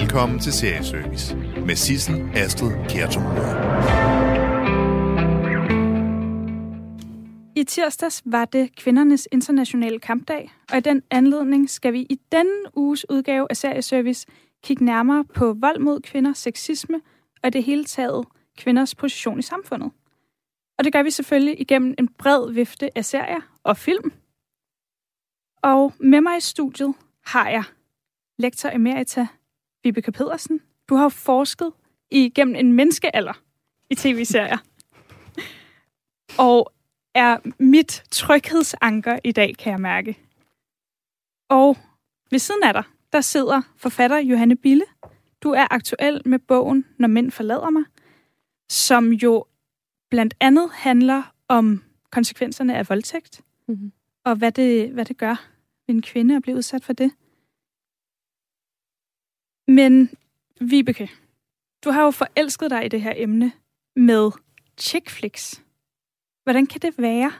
Velkommen til Serieservice med Sissel Astrid Kjertum. I tirsdags var det kvindernes internationale kampdag, og i den anledning skal vi i denne uges udgave af Serieservice kigge nærmere på vold mod kvinder, sexisme og i det hele taget kvinders position i samfundet. Og det gør vi selvfølgelig igennem en bred vifte af serier og film. Og med mig i studiet har jeg lektor emerita Vibeke Pedersen. Du har jo forsket igennem en menneskealder i tv-serier. Og er mit tryghedsanker i dag, kan jeg mærke. Og ved siden af dig, der sidder forfatter Johanne Bille. Du er aktuel med bogen Når mænd forlader mig, som jo blandt andet handler om konsekvenserne af voldtægt, og hvad det gør ved en kvinde at blive udsat for det. Men Vibeke, du har jo forelsket dig i det her emne med chick flicks. Hvordan kan det være?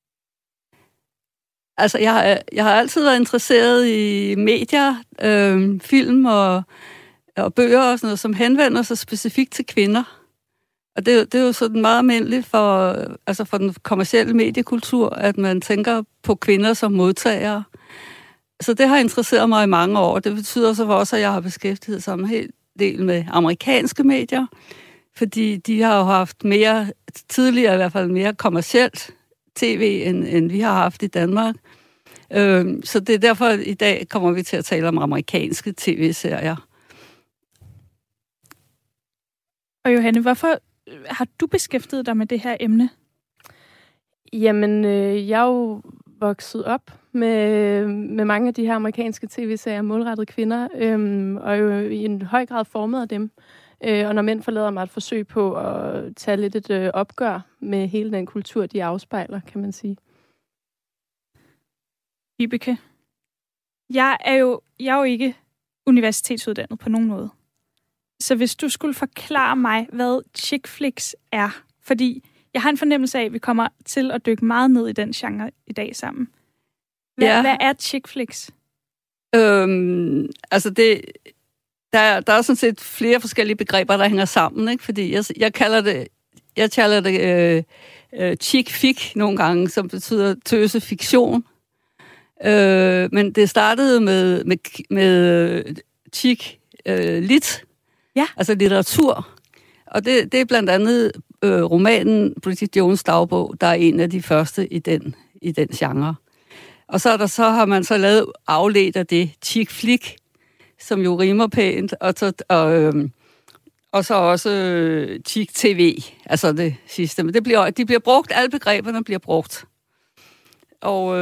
Altså, jeg har altid været interesseret i medier, film og bøger og sådan noget, som henvender sig specifikt til kvinder. Og det er jo sådan meget almindeligt for den kommercielle mediekultur, at man tænker på kvinder som modtagere. Så det har interesseret mig i mange år. Det betyder så også, at jeg har beskæftiget sig en hel del med amerikanske medier, fordi de har jo haft mere, tidligere i hvert fald mere kommercielt tv, end vi har haft i Danmark. Så det er derfor, i dag kommer vi til at tale om amerikanske tv-serier. Og Johanne, hvorfor har du beskæftiget dig med det her emne? Jamen, jeg er jo vokset op med mange af de her amerikanske tv-serier, målrettet kvinder, og jo i en høj grad formet af dem. Og når mænd forlader mig et forsøg på at tage lidt et opgør med hele den kultur, de afspejler, kan man sige. Vibeke, jeg er jo ikke universitetsuddannet på nogen måde. Så hvis du skulle forklare mig, hvad chick flicks er, fordi jeg har en fornemmelse af, at vi kommer til at dykke meget ned i den genre i dag sammen. Hvad er chick flicks? Altså der er sådan set flere forskellige begreber, der hænger sammen, ikke? Fordi jeg kalder det chick fic nogle gange, som betyder tøse fiktion. Men det startede med chick lit, altså litteratur. Og det er blandt andet romanen Bridget Jones' dagbog, der er en af de første i den genre. Og så har man så lavet afledt af det chick flick, som jo rimer pænt, og så også chick tv, altså det sidste. Men de bliver brugt, alle begreberne bliver brugt. Og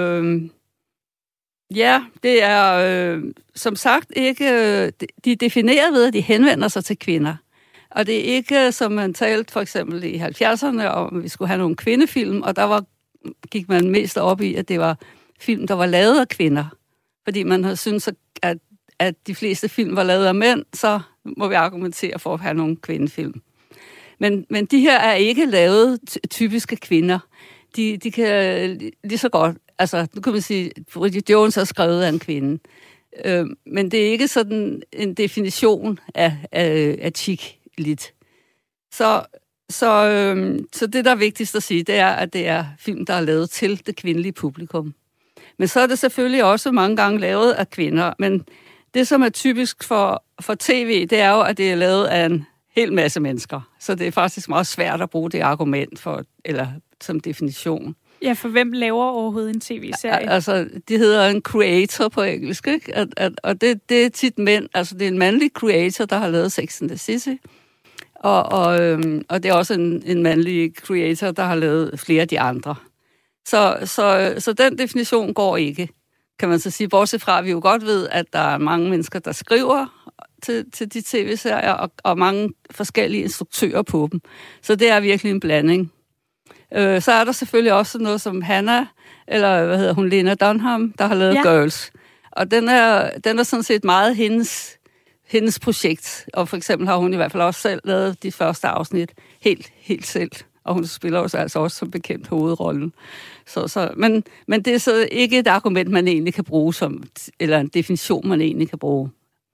det er som sagt ikke, de er defineret ved, at de henvender sig til kvinder. Og det er ikke, som man talte for eksempel i 70'erne, om vi skulle have nogle kvindefilm, og gik man mest op i, at det var film, der var lavet af kvinder. Fordi man har syntes, at de fleste film var lavet af mænd, så må vi argumentere for at have nogle kvindefilm. Men de her er ikke lavet typiske kvinder. De kan lige så godt, altså nu kan man sige, Bridget Jones er skrevet af en kvinde. Men det er ikke sådan en definition af chick lit. Så det, der er vigtigst at sige, det er, at det er film, der er lavet til det kvindelige publikum. Men så er det selvfølgelig også mange gange lavet af kvinder. Men det, som er typisk for tv, det er jo, at det er lavet af en hel masse mennesker. Så det er faktisk meget svært at bruge det argument eller som definition. Ja, for hvem laver overhovedet en tv-serie? Altså, det hedder en creator på engelsk, ikke? Og det er tit mænd. Altså, det er en mandlig creator, der har lavet Sex and the City. Og det er også en mandlig creator, der har lavet flere af de andre. Så den definition går ikke, kan man så sige. Bortset fra, at vi jo godt ved, at der er mange mennesker, der skriver til de tv-serier, og mange forskellige instruktører på dem. Så det er virkelig en blanding. Så er der selvfølgelig også noget som Hannah, eller Lena Dunham, der har lavet Girls. Og den er sådan set meget hendes projekt. Og for eksempel har hun i hvert fald også selv lavet de første afsnit helt selv. Og hun spiller også som bekendt hovedrollen. Men det er så ikke et argument, man egentlig kan bruge eller en definition, man egentlig kan bruge.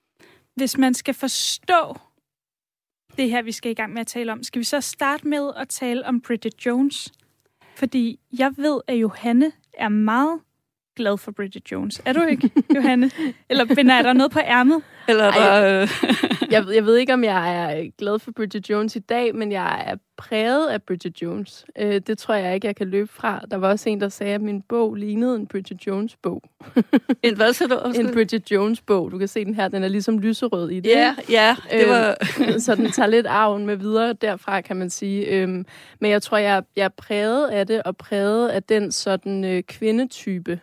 Hvis man skal forstå det her, vi skal i gang med at tale om, skal vi så starte med at tale om Bridget Jones? Fordi jeg ved, at Johanne er meget glad for Bridget Jones. Er du ikke, Johanne? Eller binder jeg der noget på ærmet? Eller jeg ved ikke, om jeg er glad for Bridget Jones i dag, men jeg er præget af Bridget Jones. Det tror jeg ikke, jeg kan løbe fra. Der var også en, der sagde, at min bog lignede en Bridget Jones-bog. En hvad så du? En Bridget Jones-bog. Du kan se den her, den er ligesom lyserød i det. Ja, det var... Så den tager lidt arven med videre derfra, kan man sige. Men jeg tror, jeg er præget af det, og præget af den sådan kvindetype,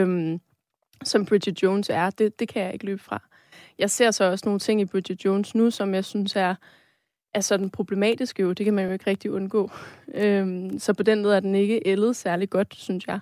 som Bridget Jones er. Det kan jeg ikke løbe fra. Jeg ser så også nogle ting i Bridget Jones nu, som jeg synes er sådan problematiske jo. Det kan man jo ikke rigtig undgå. Så på den måde er den ikke ældet særlig godt, synes jeg.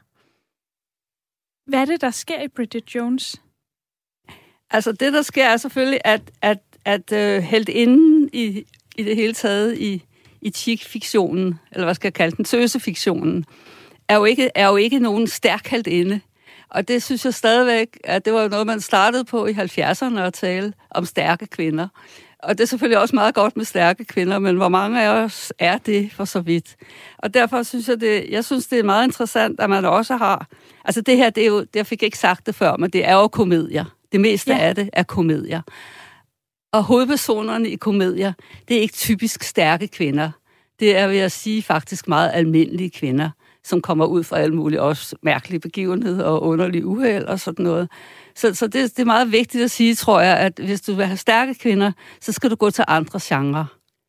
Hvad er det, der sker i Bridget Jones? Altså det, der sker, er selvfølgelig, at heltinden i det hele taget i chick-fiktionen, eller hvad skal jeg kalde den, tøsefiktionen, er jo ikke nogen stærk heltinde. Og det synes jeg stadigvæk, at det var noget, man startede på i 70'erne at tale om stærke kvinder. Og det er selvfølgelig også meget godt med stærke kvinder, men hvor mange af os er det for så vidt? Og derfor synes jeg synes, det er meget interessant, at man også har... Altså det her, det er jo, jeg fik ikke sagt det før, men det er jo komedier. Det meste af det er komedier. Og hovedpersonerne i komedier, det er ikke typisk stærke kvinder. Det er, vil jeg sige, faktisk meget almindelige kvinder, som kommer ud fra alle mulige også mærkelige begivenheder og underlige uheld og sådan noget. Så det er meget vigtigt at sige, tror jeg, at hvis du vil have stærke kvinder, så skal du gå til andre genrer.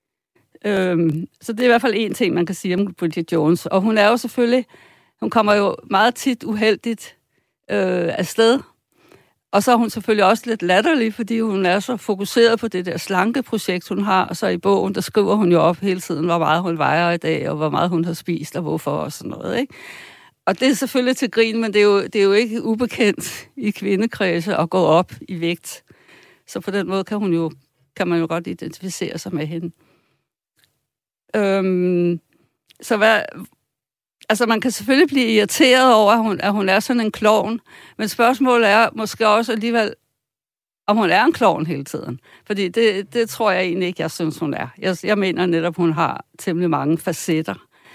Så det er i hvert fald en ting, man kan sige om Bridget Jones. Og hun er jo selvfølgelig, hun kommer jo meget tit uheldigt afsted. Og så er hun selvfølgelig også lidt latterlig, fordi hun er så fokuseret på det der slankeprojekt, hun har. Og så i bogen, der skriver hun jo op hele tiden, hvor meget hun vejer i dag, og hvor meget hun har spist, og hvorfor og sådan noget, ikke? Og det er selvfølgelig til grin, men det er jo ikke ubekendt i kvindekredse at gå op i vægt. Så på den måde kan man jo godt identificere sig med hende. Altså man kan selvfølgelig blive irriteret over, at hun er sådan en klovn, men spørgsmålet er måske også alligevel, om hun er en klovn hele tiden. Fordi det tror jeg egentlig ikke, jeg synes, hun er. Jeg mener netop, hun har temmelig mange facetter.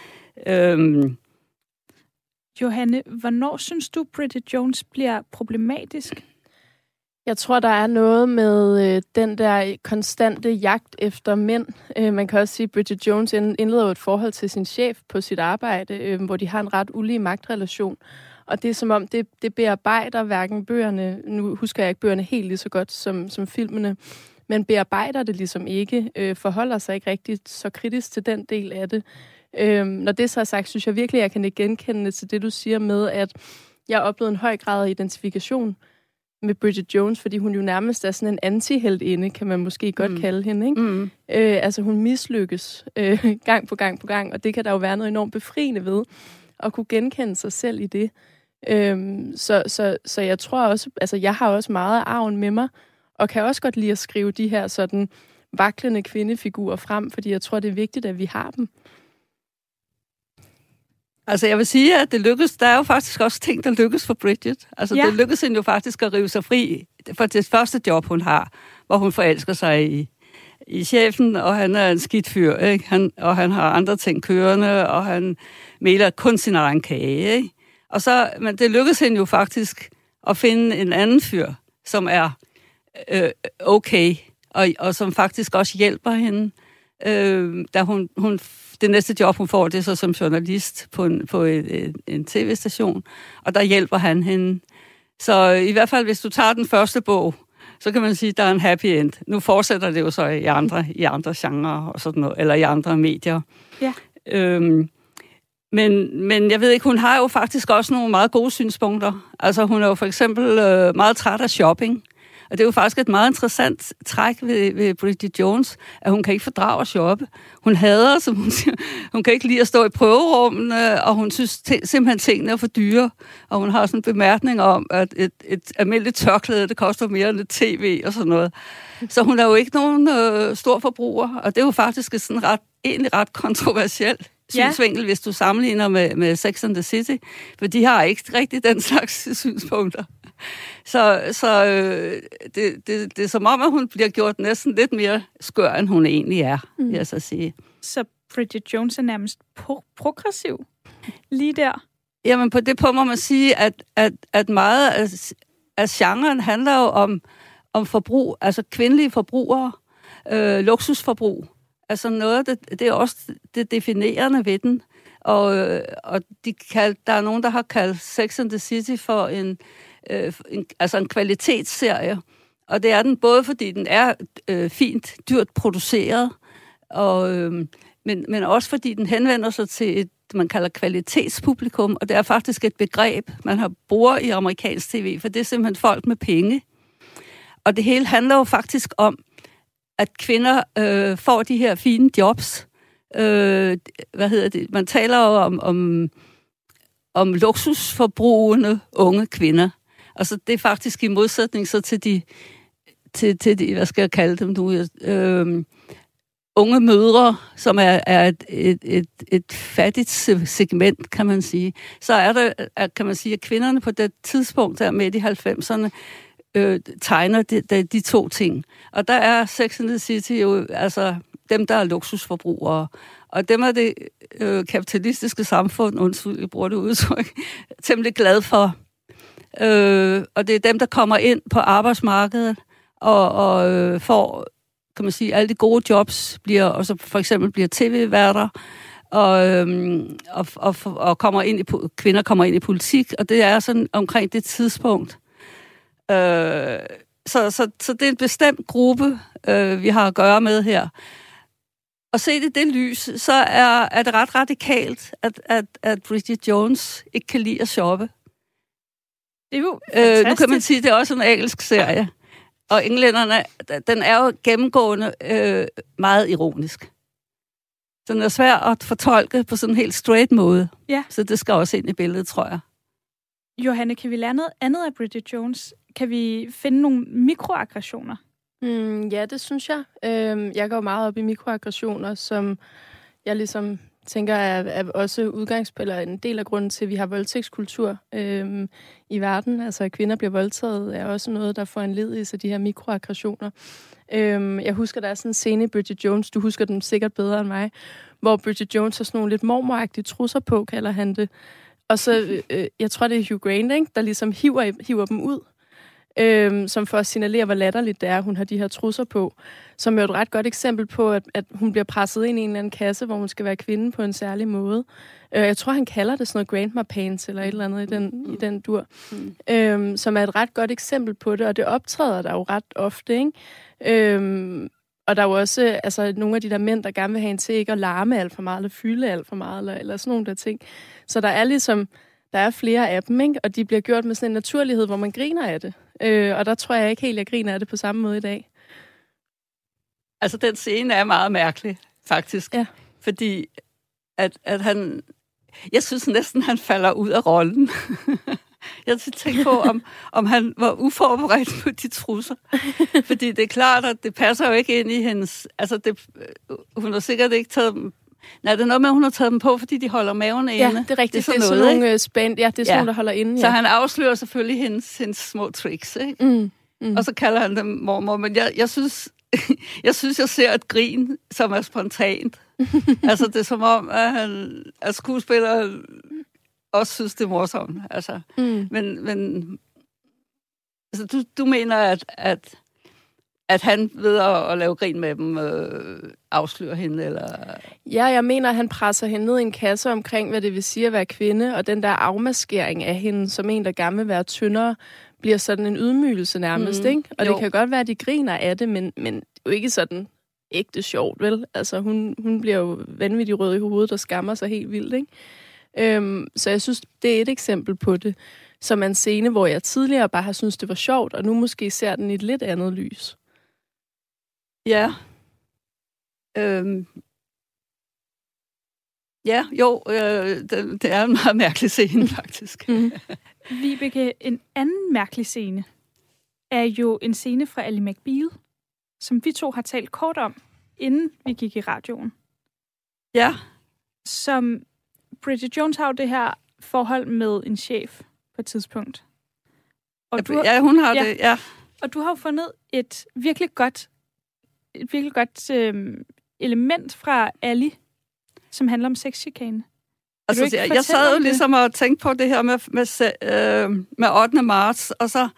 Johanne, hvornår synes du, Bridget Jones bliver problematisk? Jeg tror, der er noget med den der konstante jagt efter mænd. Man kan også sige, at Bridget Jones indleder et forhold til sin chef på sit arbejde, hvor de har en ret ulige magtrelation. Og det er som om, det bearbejder hverken bøgerne, nu husker jeg ikke bøgerne helt lige så godt som filmene, men bearbejder det ligesom ikke, forholder sig ikke rigtig så kritisk til den del af det. Når det så er sagt, synes jeg virkelig, at jeg kan ikke genkende til det, du siger med, at jeg oplevede en høj grad af identifikation med Bridget Jones, fordi hun jo nærmest er sådan en anti-heltinde, kan man måske godt kalde hende, ikke? Altså hun mislykkes gang på gang på gang, og det kan der jo være noget enormt befriende ved, at kunne genkende sig selv i det. Så jeg tror også, altså jeg har også meget af arven med mig, og kan også godt lide at skrive de her sådan vaklende kvindefigurer frem, fordi jeg tror, det er vigtigt, at vi har dem. Altså, jeg vil sige, at det lykkes. Der er jo faktisk også ting, der lykkes for Bridget. Altså, det lykkes hende jo faktisk at rive sig fri for det første job, hun har, hvor hun forelsker sig i chefen, og han er en skidt fyr, ikke? Han har andre ting kørende, og han meler kun sin egen kage, ikke? Men det lykkes hende jo faktisk at finde en anden fyr, som er okay, og som faktisk også hjælper hende, da hun det næste job, hun får, det er så som journalist på en tv-station, og der hjælper han hende. Så i hvert fald, hvis du tager den første bog, så kan man sige, at der er en happy end. Nu fortsætter det jo så i andre genrer og sådan noget, eller i andre medier. Ja. Men jeg ved ikke, hun har jo faktisk også nogle meget gode synspunkter. Altså hun er jo for eksempel meget træt af shopping. Og det er jo faktisk et meget interessant træk ved Bridget Jones, at hun kan ikke fordrage at shoppe. Hun hader, som hun siger, hun kan ikke lide at stå i prøverummene, og hun synes simpelthen tingene er for dyre. Og hun har sådan en bemærkning om, at et almindeligt tørklæde, det koster mere end et tv og sådan noget. Så hun er jo ikke nogen stor forbruger, og det er jo faktisk sådan egentlig ret kontroversielt synsvinkel, hvis du sammenligner med Sex and the City, for de har ikke rigtig den slags synspunkter. Så det er som om, at hun bliver gjort næsten lidt mere skør, end hun egentlig er, vil jeg så sige. Så Bridget Jones er nærmest progressiv lige der? Jamen, på det punkt må man sige, at meget af genren handler jo om forbrug, altså kvindelige forbrugere, luksusforbrug. Altså noget, det er også det definerende ved den. Og der er nogen, der har kaldt Sex and the City for en kvalitetsserie. Og det er den både, fordi den er fint, dyrt produceret, men også fordi den henvender sig til et, man kalder kvalitetspublikum, og det er faktisk et begreb, man bruger i amerikansk tv, for det er simpelthen folk med penge. Og det hele handler jo faktisk om, at kvinder får de her fine jobs. Man taler jo om luksusforbrugende unge kvinder. Altså det er faktisk i modsætning så til de hvad skal jeg kalde dem nu, unge mødre, som er et fattigt segment, kan man sige. Så er der, kan man sige, at kvinderne på det tidspunkt, der midt i 90'erne, tegner de to ting. Og der er Sex and the City jo altså dem, der er luksusforbrugere. Og dem er det kapitalistiske samfund, undskyld, jeg bruger det udtryk, temmelig glad for. Og det er dem, der kommer ind på arbejdsmarkedet og får, kan man sige, alle de gode jobs, og så for eksempel bliver tv-værter, og kvinder kommer ind i politik, og det er sådan omkring det tidspunkt. Så det er en bestemt gruppe, vi har at gøre med her. Og set i det lys, så er det ret radikalt, at Bridget Jones ikke kan lide at shoppe. Det er jo fantastisk. Nu kan man sige, at det er også en engelsk serie. Og englænderne, den er jo gennemgående meget ironisk. Så den er svær at fortolke på sådan en helt straight måde. Ja. Så det skal også ind i billedet, tror jeg. Johanne, kan vi lære noget andet af Bridget Jones? Kan vi finde nogle mikroaggressioner? Ja, det synes jeg. Jeg går meget op i mikroaggressioner, som jeg ligesom tænker er også eller en del af grunden til, at vi har voldtægtskultur i verden. Altså, at kvinder bliver voldtaget er også noget, der får en led i sig, de her mikroaggressioner. Jeg husker, der er sådan en scene i Bridget Jones, du husker den sikkert bedre end mig, hvor Bridget Jones har sådan nogle lidt mormoragtige trusser på, kalder han det. Og så, jeg tror, det er Hugh Grant, ikke, der ligesom hiver dem ud, som for at signalere, hvor latterligt det er, hun har de her trusser på, som er et ret godt eksempel på, at hun bliver presset ind i en eller anden kasse, hvor hun skal være kvinde på en særlig måde. Jeg tror, han kalder det sådan noget grandma pants, eller et eller andet i den dur, som er et ret godt eksempel på det, og det optræder der jo ret ofte, ikke? Og der er jo også nogle af de der mænd, der gerne vil have en til ikke at larme alt for meget, eller fylde alt for meget, eller sådan nogle der ting. Så der er ligesom, der er flere af dem, ikke? Og de bliver gjort med sådan en naturlighed, hvor man griner af det. Og der tror jeg ikke helt, jeg griner af det på samme måde i dag. Altså, den scene er meget mærkelig, faktisk. Ja. Fordi at han... Jeg synes næsten, han falder ud af rollen. Jeg tænker på, om han var uforberedt på de trusser. Fordi det er klart, at det passer jo ikke ind i hendes... Altså, hun har sikkert ikke taget dem... Nej, det er noget med, at hun har taget dem på, fordi de holder maven inde. Ja, det er rigtigt. Det er sådan nogle spændt. Ja, det er sådan nogle, der holder inde. Ja. Så han afslører selvfølgelig hendes små tricks, ikke? Og så kalder han dem mormor. Men jeg synes, jeg ser et grin, som er spontant. Altså, det er som om, at skuespillere også synes, det er morsomt. Altså, men altså, du mener, at han ved at lave grin med dem afslører hende, eller... Ja, jeg mener, at han presser hende ned i en kasse omkring, hvad det vil sige at være kvinde, og den der afmaskering af hende, som en, der gerne vil være tyndere, bliver sådan en ydmygelse nærmest, ikke? Og det kan godt være, at de griner af det, men det er jo ikke sådan ægte sjovt, vel? Altså, hun bliver jo vanvittigt rød i hovedet og skammer sig helt vildt, ikke? Så jeg synes, det er et eksempel på det, som er en scene, hvor jeg tidligere bare har syntes, det var sjovt, og nu måske ser den i et lidt andet lys. Ja. Det er en meget mærkelig scene, faktisk. Vibeke, en anden mærkelig scene er jo en scene fra Ally McBeal, som vi to har talt kort om, inden vi gik i radioen. Ja. Som Bridget Jones har jo det her forhold med en chef på et tidspunkt. Og hun har det, ja. Og du har jo fundet et virkelig godt element fra Ali, som handler om sexchikane. Altså, jeg sad jo ligesom og tænkte på det her med 8. marts, og så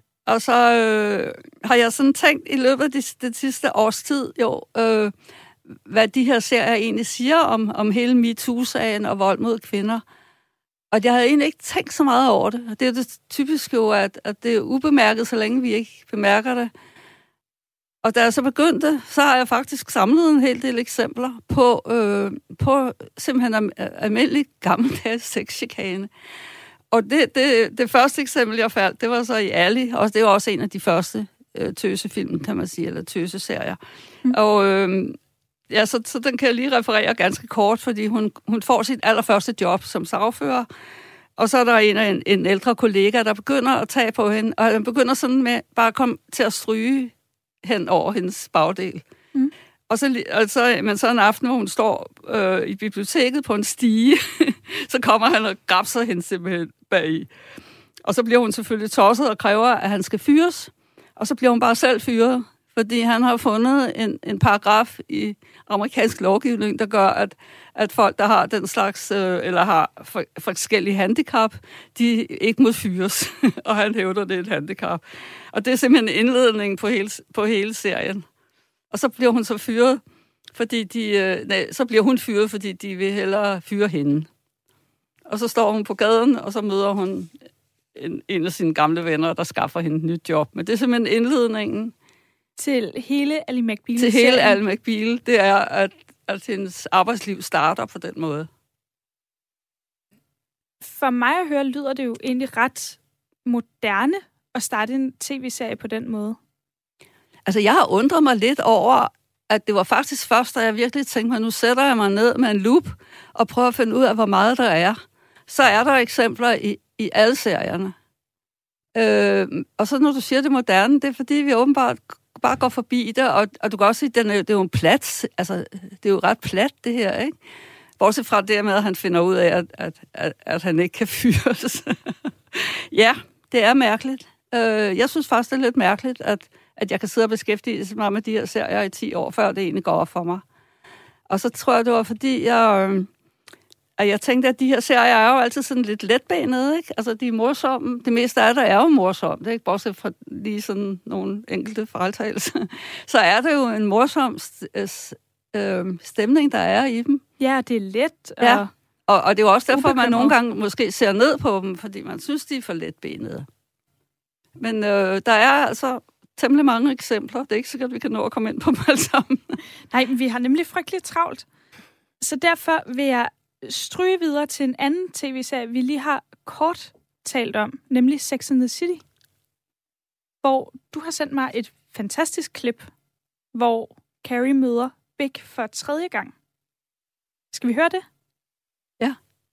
har jeg sådan tænkt i løbet af det sidste års tid, hvad de her serier egentlig siger om hele MeToo-sagen og vold mod kvinder. Og jeg havde egentlig ikke tænkt så meget over det. Og det er det typiske jo, at det er ubemærket, så længe vi ikke bemærker det. Og da jeg så begyndte, så har jeg faktisk samlet en hel del eksempler på simpelthen almindelig gammeldags sexchikane. Og det første eksempel, jeg faldt, det var så i Ali, og det var også en af de første tøsefilm, kan man sige, eller tøseserier. Og så den kan jeg lige referere ganske kort, fordi hun får sit allerførste job som sagfører, og så er der en ældre kollega, der begynder at tage på hende, og han begynder sådan med bare at komme til at stryge hen over hendes bagdel. Men så en aften, hvor hun står i biblioteket på en stige, så kommer han og grabser hende simpelthen bagi. Og så bliver hun selvfølgelig tosset og kræver, at han skal fyres. Og så bliver hun bare selv fyret, fordi han har fundet en paragraf i amerikansk lovgivning, der gør, at folk, der har den slags, eller har forskellige handicap, de ikke må fyres. Og han hævder, det er et handicap. Og det er simpelthen en indledning på hele serien. Og så bliver hun så fyret, fordi fordi de vil hellere fyre hende. Og så står hun på gaden, og så møder hun en af sine gamle venner, der skaffer hende et nyt job. Men det er simpelthen indledningen. Til hele Ali McBeal. Til hele Ali McBeal, det er, at hendes arbejdsliv starter på den måde. For mig at høre, lyder det jo egentlig ret moderne at starte en tv-serie på den måde. Altså, jeg har undret mig lidt over, at det var faktisk først, da jeg virkelig tænkte mig, nu sætter jeg mig ned med en lup og prøver at finde ud af, hvor meget der er. Så er der eksempler i alle serierne. Og så når du siger det moderne, det er fordi, vi åbenbart bare går forbi det, og du kan også sige, det er jo en plat, altså, det er jo ret plat, det her, ikke? Bortset fra det med, at han finder ud af, at han ikke kan fyres. Ja, det er mærkeligt. Jeg synes faktisk, det er lidt mærkeligt, at jeg kan sidde og beskæftige mig med de her serier i 10 år, før det egentlig går op for mig. Og så tror jeg, det var fordi, jeg tænkte, at de her serier er jo altid sådan lidt letbenede, ikke? Altså, de er morsomme. Det meste af det er jo morsomt, ikke? Bortset fra lige sådan nogle enkelte fejltagelser. Så er det jo en morsom stemning, der er i dem. Ja, det er let. Ja. Og det er jo også derfor, man nogle gange måske ser ned på dem, fordi man synes, de er for letbenede. Men der er altså temmelig mange eksempler. Det er ikke sikkert, at vi kan nå at komme ind på dem alle sammen. Nej, men vi har nemlig frygteligt travlt. Så derfor vil jeg stryge videre til en anden tv-serie, vi lige har kort talt om, nemlig Sex and the City, hvor du har sendt mig et fantastisk klip, hvor Carrie møder Big for 3. gang. Skal vi høre det? Ja.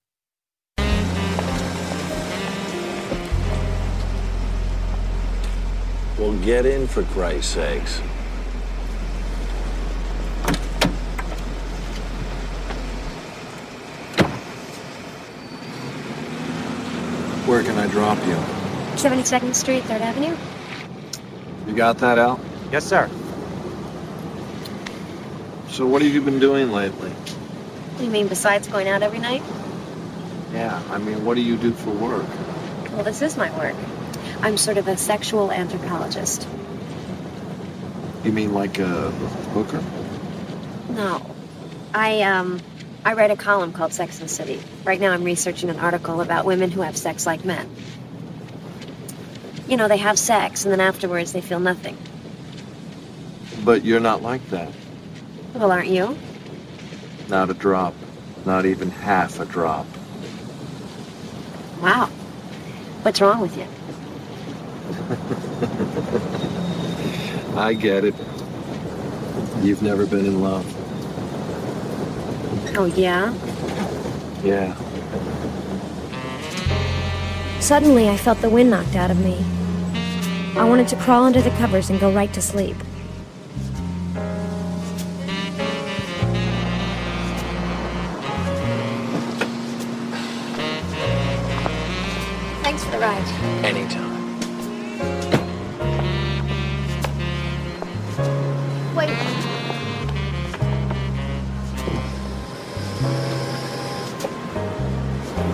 Well, get in for Christ's sakes. Where can I drop you? 72nd Street, 3rd Avenue. You got that, Al? Yes, sir. So what have you been doing lately? You mean besides going out every night? Yeah, I mean, what do you do for work? Well, this is my work. I'm sort of a sexual anthropologist. You mean like a hooker? No. I write a column called Sex and the City. Right now I'm researching an article about women who have sex like men. You know, they have sex and then afterwards they feel nothing. But you're not like that. Well, aren't you? Not a drop. Not even half a drop. Wow. What's wrong with you? I get it. You've never been in love. Oh, yeah? Yeah. Suddenly, I felt the wind knocked out of me. I wanted to crawl under the covers and go right to sleep. Thanks for the ride. Anytime.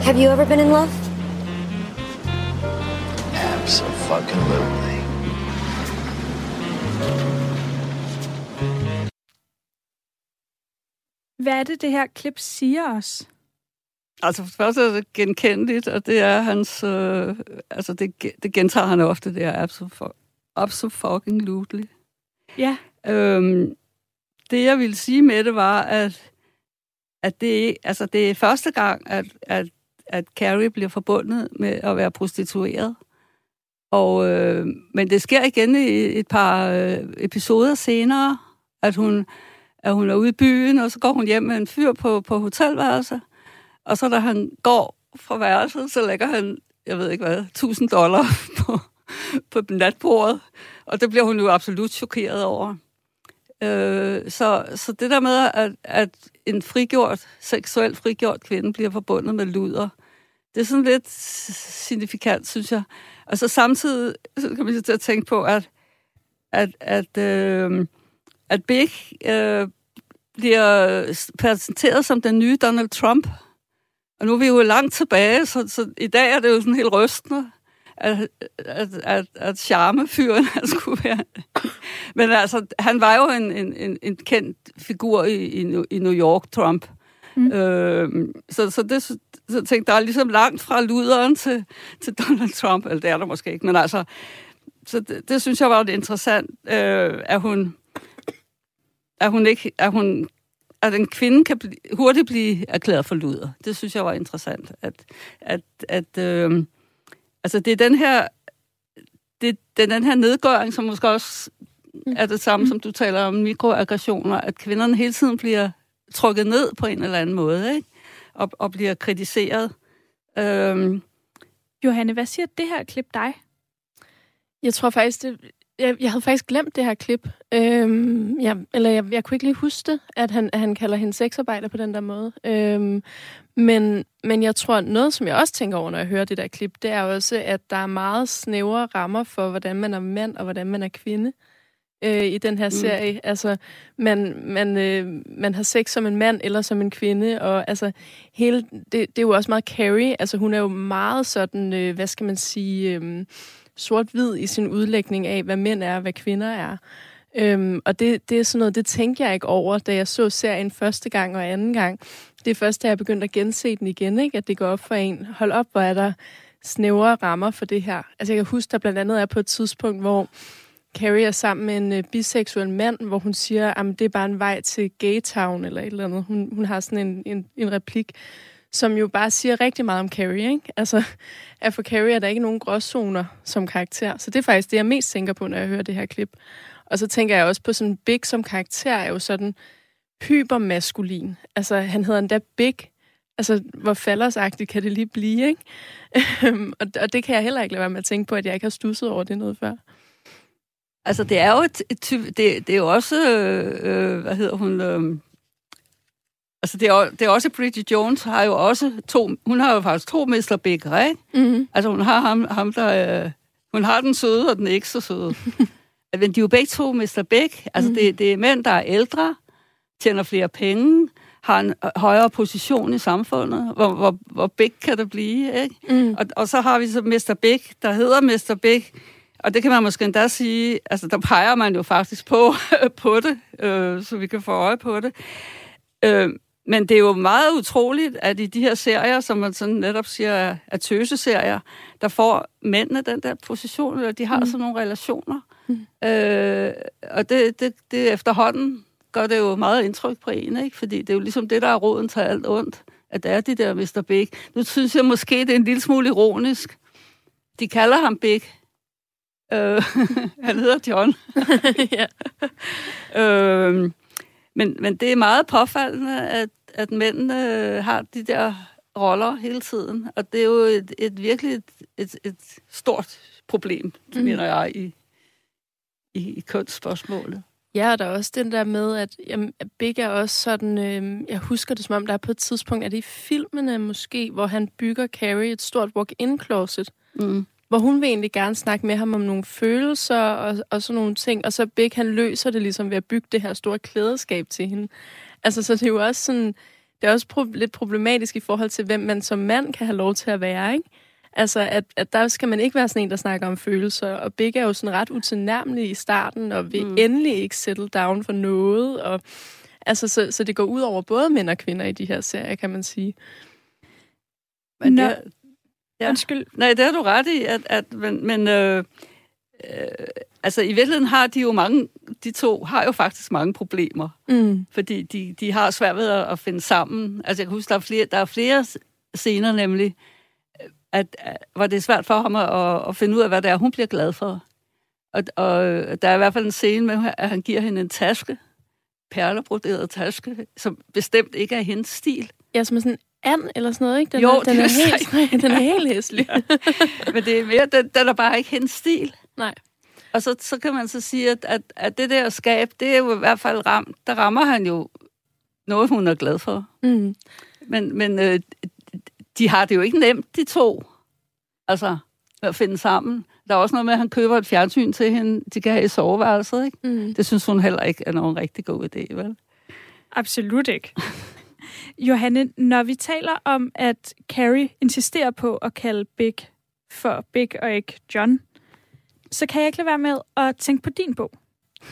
Have you ever been in love? Absolutely. Hvad er det her klip siger os? Altså, først er det genkendeligt, og det er hans... det gentager han ofte, det er absolutely. Ja. Det, jeg ville sige med det, var, at det er første gang, at Carrie bliver forbundet med at være prostitueret. Men det sker igen i et par episoder senere, at hun er ude i byen, og så går hun hjem med en fyr på hotelværelse. Og så da han går fra værelset, så lægger han, jeg ved ikke hvad, $1,000 på natbordet. Og det bliver hun jo absolut chokeret over. Så det der med, at en seksuelt frigjort kvinde bliver forbundet med luder, det er sådan lidt signifikant, synes jeg. Og så samtidig så kan man til at tænke på, at Big bliver præsenteret som den nye Donald Trump. Og nu er vi jo langt tilbage, så i dag er det jo sådan helt rystende, at charmefyren skulle være. Men altså, han var jo en kendt figur i New York, Trump. Så tænkte, der er ligesom langt fra luderen til Donald Trump, eller det er der måske ikke, men altså, så det synes jeg var lidt interessant, at en kvinde kan hurtigt blive erklæret for luder. Det synes jeg var interessant, altså det er den her nedgøring, som måske også er det samme, som du taler om mikroaggressioner, at kvinderne hele tiden bliver trukket ned på en eller anden måde, ikke? Og bliver kritiseret. Johanne, hvad siger det her klip dig? Jeg tror faktisk, jeg havde faktisk glemt det her klip. Jeg kunne ikke lige huske det, at han kalder hende sexarbejder på den der måde. Men jeg tror, noget, som jeg også tænker over, når jeg hører det der klip, det er også, at der er meget snævre rammer for, hvordan man er mand og hvordan man er kvinde i den her serie. Altså, man har sex som en mand eller som en kvinde, og altså, det er jo også meget Carrie. Altså, hun er jo meget sådan, hvad skal man sige, sort-hvid i sin udlægning af, hvad mænd er og hvad kvinder er. Og det er sådan noget, det tænkte jeg ikke over, da jeg så serien første gang og anden gang. Det er først, da jeg begyndte at gense den igen, ikke? At det går op for en. Hold op, hvor er der snævre rammer for det her. Altså, jeg kan huske, der blandt andet er på et tidspunkt, hvor Carrie er sammen med en biseksuel mand, hvor hun siger, at det er bare en vej til Gaytown eller et eller andet. Hun har sådan en replik, som jo bare siger rigtig meget om Carrie, ikke? Altså, at for Carrie er der ikke nogen gråzoner som karakter. Så det er faktisk det, jeg mest tænker på, når jeg hører det her klip. Og så tænker jeg også på sådan Big som karakter er jo sådan hypermaskulin. Altså, han hedder endda Big. Altså, hvor faldersagtigt kan det lige blive, ikke? Og det kan jeg heller ikke lade være med at tænke på, at jeg ikke har studset over det noget før. Altså, det er jo det er jo også, hvad hedder hun... Altså, det er også Bridget Jones har jo også hun har jo faktisk 2 Mr. Big, ikke? Mm-hmm. Altså, hun har ham der... hun har den søde og den ikke så søde. Men de er jo begge 2 Mr. Big. Altså, det er mænd, der er ældre, tjener flere penge, har en højere position i samfundet. Hvor big kan det blive, ikke? Mm. Og så har vi så Mr. Big, der hedder Mr. Big. Og det kan man måske endda sige... Altså, der peger man jo faktisk på det, så vi kan få øje på det. Men det er jo meget utroligt, at i de her serier, som man sådan netop siger er tøseserier, der får mændene den der position, eller de har sådan nogle relationer. Og det efterhånden gør det jo meget indtryk på en, ikke? Fordi det er jo ligesom det, der er roden til alt ondt, at det er de der Mr. Big. Nu synes jeg måske, det er en lille smule ironisk. De kalder ham Big. Han hedder John. Ja. Men det er meget påfaldende, at mændene har de der roller hele tiden. Og det er jo virkelig et stort problem, mener jeg, i kunstspørgsmålet. Ja, og der er også den der med, at Big er også sådan... jeg husker det, som om der er på et tidspunkt, at det i filmene måske, hvor han bygger Carrie et stort walk-in-closet, hvor hun vil egentlig gerne snakke med ham om nogle følelser og sådan nogle ting, og så Big, han løser det ligesom ved at bygge det her store klædeskab til hende. Altså, så det er jo også sådan... det er også lidt problematisk i forhold til, hvem man som mand kan have lov til at være, ikke? Altså, at der skal man ikke være sådan en, der snakker om følelser, og Big er jo sådan ret utilnærmelig i starten, og vil endelig ikke settle down for noget, og altså, så det går ud over både mænd og kvinder i de her serier, kan man sige. Men Undskyld. Nej, det har du ret i, men altså i virkeligheden har de jo de to har jo faktisk mange problemer, fordi de har svært ved at finde sammen. Altså jeg kan huske, der er flere scener nemlig, hvor det er svært for ham at finde ud af, hvad det er, hun bliver glad for. Og der er i hvert fald en scene med, at han giver hende en taske, perlebroderet taske, som bestemt ikke er hendes stil. Ja, som er sådan and eller sådan noget, ikke? Den er helt hæslig. Ja. Men det er mere, den er bare ikke hendes stil. Nej. Og så kan man så sige, at det der skab, det er jo i hvert fald der rammer han jo noget, hun er glad for. Mm. Men de har det jo ikke nemt, de to. Altså, at finde sammen. Der er også noget med, at han køber et fjernsyn til hende, de kan have i soveværelset, ikke? Mm. Det synes hun heller ikke er nogen rigtig god idé, vel? Absolut ikke. Johanne, når vi taler om, at Carrie insisterer på at kalde Big for Big og ikke John, så kan jeg ikke lade være med at tænke på din bog,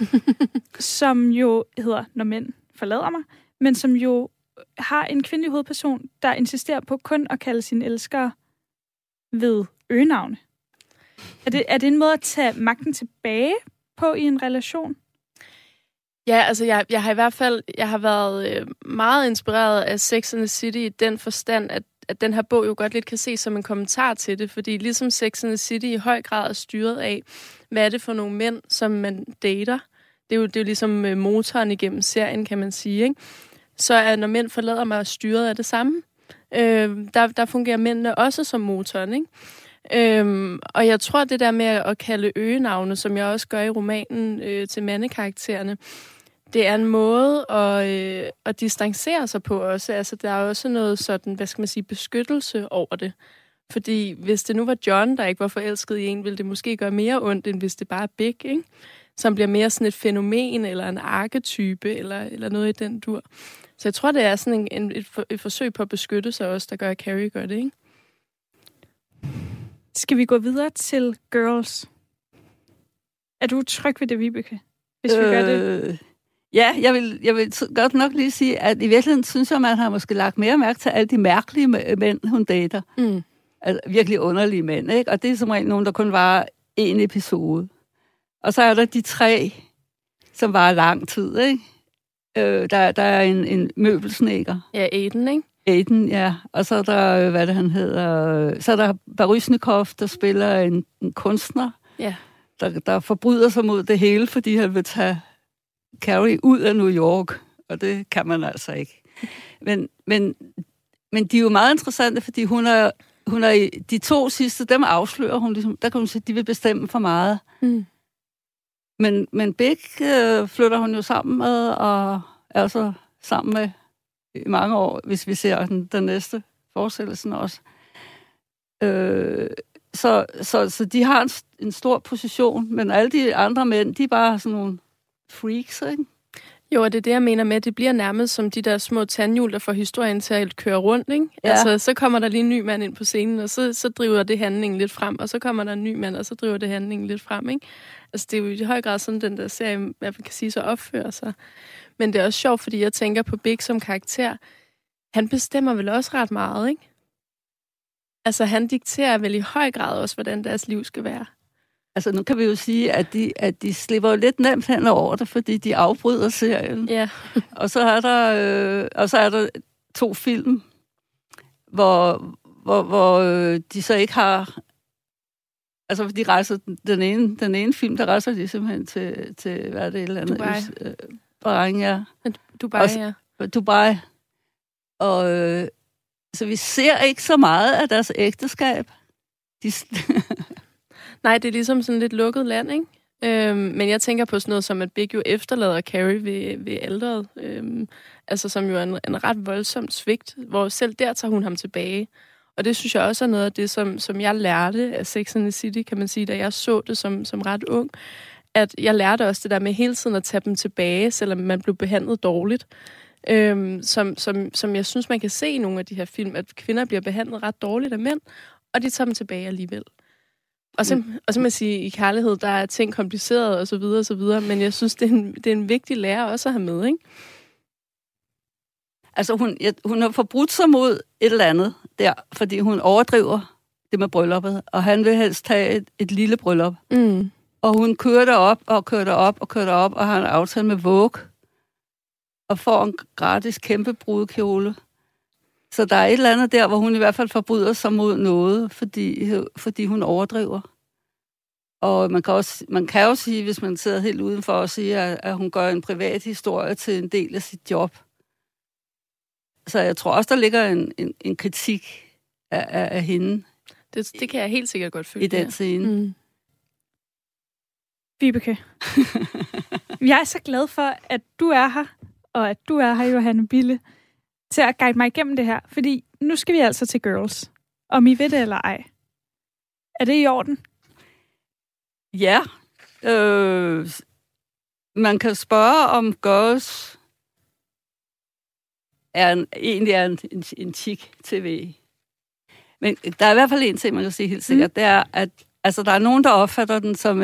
som jo hedder Når mænd forlader mig, men som jo har en kvindelig hovedperson, der insisterer på kun at kalde sine elskere ved øgenavne. Er det en måde at tage magten tilbage på i en relation? Ja, altså jeg har i hvert fald været meget inspireret af Sex and the City i den forstand, at den her bog jo godt lidt kan ses som en kommentar til det, fordi ligesom Sex and the City i høj grad er styret af, hvad er det for nogle mænd, som man dater. Det er jo ligesom motoren igennem serien, kan man sige, ikke? Så er, når mænd forlader mig, styret af det samme. Der fungerer mændene også som motoren, ikke? Og jeg tror, det der med at kalde øgenavne, som jeg også gør i romanen til mandekaraktererne, det er en måde at distancere sig på også. Altså, der er også noget sådan, hvad skal man sige, beskyttelse over det. Fordi hvis det nu var John, der ikke var forelsket i en, ville det måske gøre mere ondt, end hvis det bare er Big, ikke? Som bliver mere sådan et fænomen, eller en arketype, eller noget i den dur. Så jeg tror, det er sådan et forsøg på at beskytte sig også, der gør, at Carrie gør det, ikke? Skal vi gå videre til Girls? Er du tryg ved det, Vibeke, hvis vi gør det? Ja, jeg vil godt nok lige sige, at i virkeligheden synes jeg, man har måske lagt mere mærke til alle de mærkelige mænd, hun dater. Mm. Altså, virkelig underlige mænd, ikke? Og det er som regel nogen, der kun var en episode. Og så er der de 3, som var lang tid, ikke? Der er en møbelsnedker. Ja, Aiden, ikke? Aiden, ja. Og så er der, hvad det han hedder, så er der Barysnikov, der spiller en kunstner, ja. Der forbryder sig mod det hele, fordi han vil tage Carrie ud af New York, og det kan man altså ikke. Men de er jo meget interessante, fordi hun er i de 2 sidste, dem afslører hun ligesom, der kan hun sige, at de vil bestemme for meget. Mm. Men Big flytter hun jo sammen med, og er så sammen med i mange år, hvis vi ser den næste forestillelse også. Så de har en stor position, men alle de andre mænd, de er bare sådan nogle freaks, ikke? Jo, og det er det, jeg mener med, at det bliver nærmest som de der små tandhjul, der får historien til at køre rundt, ikke? Ja. Altså, så kommer der lige en ny mand ind på scenen, og så driver det handlingen lidt frem, og så kommer der en ny mand, og så driver det handlingen lidt frem, ikke? Altså, det er jo i høj grad sådan, den der serie, hvad man kan sige, så opfører sig. Men det er også sjovt, fordi jeg tænker på Big som karakter. Han bestemmer vel også ret meget, ikke? Altså, han dikterer vel i høj grad også, hvordan deres liv skal være. Altså, nu kan vi jo sige, at de slipper lidt nemt hen over det, fordi de afbryder serien. Ja. Og så er der 2 film, hvor de så ikke har... Altså, de rejser den ene film, der rejser de simpelthen til hvad er det, et eller andet? Dubai. Bahrain, ja. Dubai, ja. Dubai. Og så vi ser ikke så meget af deres ægteskab. Nej, det er ligesom sådan lidt lukket land, ikke? Men jeg tænker på sådan noget som, at Big jo efterlader Carrie ved alderet. Altså, som jo er en ret voldsomt svigt, hvor selv der tager hun ham tilbage. Og det synes jeg også er noget af det, som jeg lærte af Sex and the City, kan man sige, da jeg så det som ret ung. At jeg lærte også det der med hele tiden at tage dem tilbage, selvom man blev behandlet dårligt. som jeg synes, man kan se i nogle af de her film, at kvinder bliver behandlet ret dårligt af mænd, og de tager dem tilbage alligevel. Og så man sige, i kærlighed, der er ting kompliceret og så videre, men jeg synes, det er en vigtig lære også at have med, ikke? Altså, hun har forbrudt sig mod et eller andet der, fordi hun overdriver det med brylluppet, og han vil helst tage et lille bryllup. Mm. Og hun kører derop, og har en aftale med Vogue, og får en gratis kæmpe brudekjole. Så der er et eller andet der, hvor hun i hvert fald forbryder sig mod noget, fordi hun overdriver. Og man kan jo sige, hvis man sidder helt udenfor og siger, at hun gør en privat historie til en del af sit job. Så jeg tror også, der ligger en kritik af hende. Det kan jeg helt sikkert godt føle. I den scene. Mm. Vibeke, jeg er så glad for, at du er her, og at du er her, Johanne Bille, til at guide mig igennem det her. Fordi nu skal vi altså til Girls. Om I ved det eller ej. Er det i orden? Ja. Man kan spørge, om Girls egentlig er en chic tv. Men der er i hvert fald en ting, man kan sige helt sikkert. Det er, at altså, der er nogen, der opfatter den som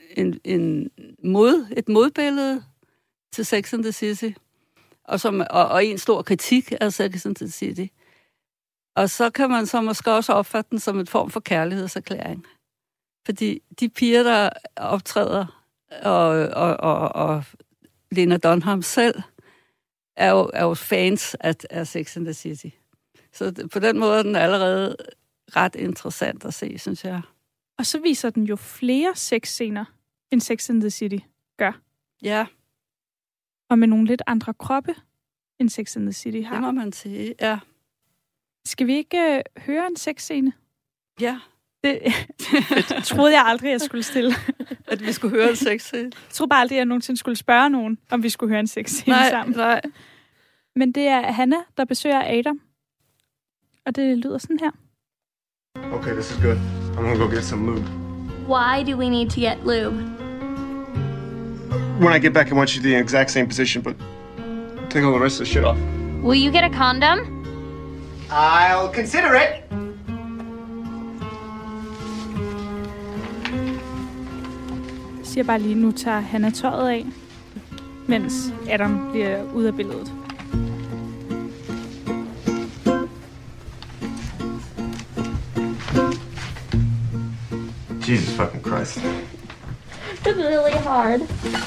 et modbillede til Sex and the City. Og en stor kritik af Sex and the City. Og så kan man så måske også opfatte den som en form for kærlighedserklæring. Fordi de piger, der optræder, og Lena Dunham selv, er jo fans af Sex and the City. Så på den måde er den allerede ret interessant at se, synes jeg. Og så viser den jo flere sexscener, end Sex and the City gør. Ja. Og med nogle lidt andre kroppe, end Sex and the City har. Det må man sige, ja. Skal vi ikke høre en sexscene? Ja. Det troede jeg aldrig, jeg skulle stille. At vi skulle høre en sexscene? Jeg troede bare aldrig, at jeg nogensinde skulle spørge nogen, om vi skulle høre en sexscene sammen. Nej. Men det er Hanna, der besøger Adam. Og det lyder sådan her. Okay, this is good. I'm gonna go get some lube. Why do we need to get lube? When I get back, I want you in the exact same position, but take all the rest of the shit off. Will you get a condom? I'll consider it. Jeg siger bare lige, nu tager Hanna tøjet af, mens Adam bliver ude af billedet. Jesus fucking Christ. It's really hard.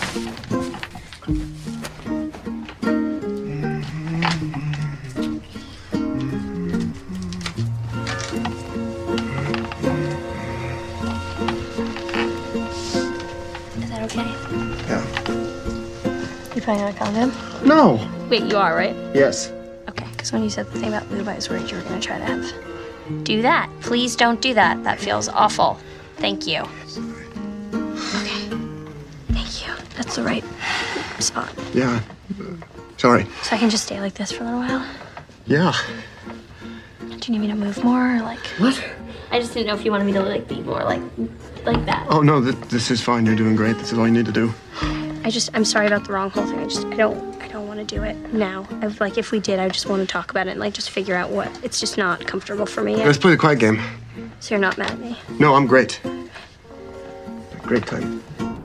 Is that okay? Yeah. You putting on a condom? No. Wait, you are, right? Yes. Okay, because when you said the thing about lube, I was worried you were going to try to have... Do that. Please don't do that. That feels awful. Thank you. Okay. Thank you. That's the right spot. Yeah. Sorry. So I can just stay like this for a little while? Yeah. Do you need me to move more, or like... What? I just didn't know if you wanted me to, like, be more like that. Oh, no, this is fine. You're doing great. This is all you need to do. I'm sorry about the wrong whole thing. I don't want to do it now. If we did, I just want to talk about it and, like, just figure out what... It's just not comfortable for me yet. Let's play the quiet game. So you're not mad at me? No, I'm great. Great time.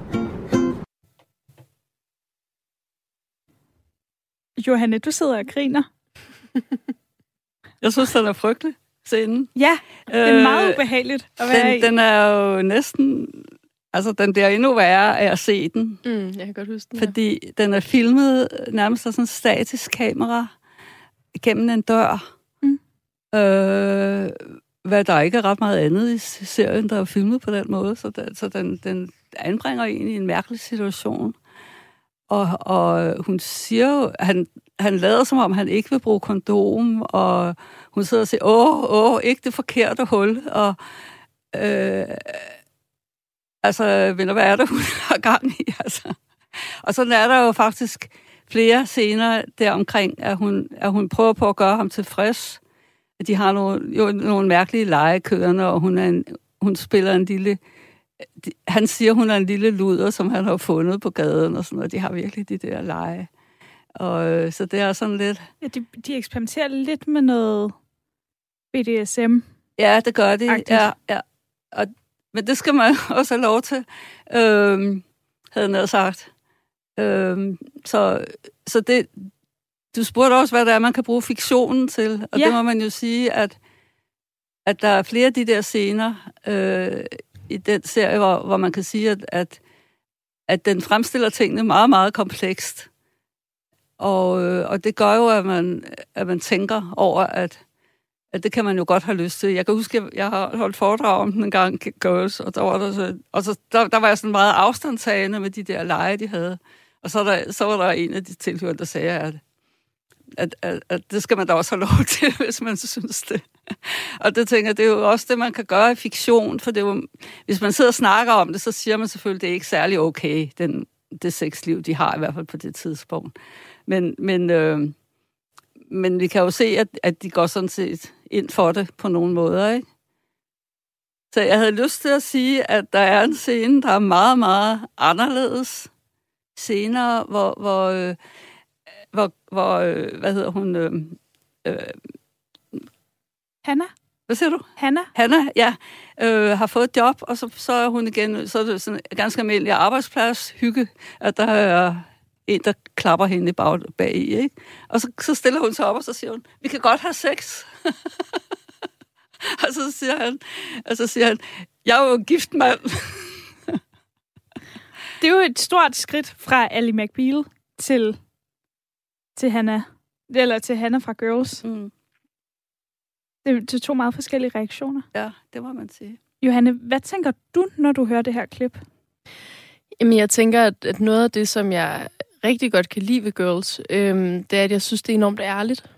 Johanne, du sidder og griner. Jeg synes, den er frygtelig, scenen. Ja, det er meget ubehageligt at være i. Den er jo næsten... Altså, den bliver endnu værre af at se den. Jeg kan godt huske den. Fordi den er filmet nærmest af sådan en statisk kamera gennem en dør. Hvad der ikke er ret meget andet i serien, der er filmet på den måde. Så den anbringer en i en mærkelig situation. Og hun siger jo, han lader som om, han ikke vil bruge kondom, og hun sidder og siger, ikke det forkerte hul, og altså, hvad er det, hun har gang i, altså. Og sådan er der jo faktisk flere scener deromkring, at hun prøver på at gøre ham tilfreds. De har nogle mærkelige legekørende, og hun spiller en lille... Han siger, hun er en lille luder, som han har fundet på gaden, og sådan noget. De har virkelig de der lege. Og så det er sådan lidt... Ja, de eksperimenterer lidt med noget BDSM. Ja, det gør de. Ja. Men det skal man også have lov til, havde jeg sagt. Så det... Du spurgte også, hvad det er, man kan bruge fiktionen til. Og det må man jo sige, at der er flere af de der scener i den serie, hvor man kan sige, at den fremstiller tingene meget, meget komplekst. Og det gør jo, at man tænker over, at det kan man jo godt have lyst til. Jeg kan huske, at jeg har holdt foredrag om den en gang, Girls, og der var jeg sådan meget afstandtagende med de der lege, de havde. Og så var der en af de tilhørende, der sagde, at det skal man da også have lov til, hvis man synes det. Og det tænker jeg, det er jo også det, man kan gøre i fiktion, for det er jo, hvis man sidder og snakker om det, så siger man selvfølgelig, det er ikke særlig okay, det sexliv, de har i hvert fald på det tidspunkt. Men vi kan jo se, at de går sådan set ind for det på nogle måder, ikke? Så jeg havde lyst til at sige, at der er en scene, der er meget, meget anderledes. Scener, hvor hvad hedder hun? Hanna? Hvad siger du? Hanna, ja. Har fået et job, og så er hun igen, så er det sådan en ganske almindelig arbejdsplads, hygge, at der er en, der klapper hende bag i, ikke? Og så stiller hun sig op, og så siger hun, vi kan godt have sex. og så siger han, jeg er jo en gift mand. Det er jo et stort skridt fra Ally McBeal til Hanna, eller til Hanna fra Girls. Mm. Det er to meget forskellige reaktioner. Ja, det må man sige. Johanne, hvad tænker du, når du hører det her klip? Jamen, jeg tænker, at noget af det, som jeg rigtig godt kan lide ved Girls, det er, at jeg synes, det er enormt ærligt.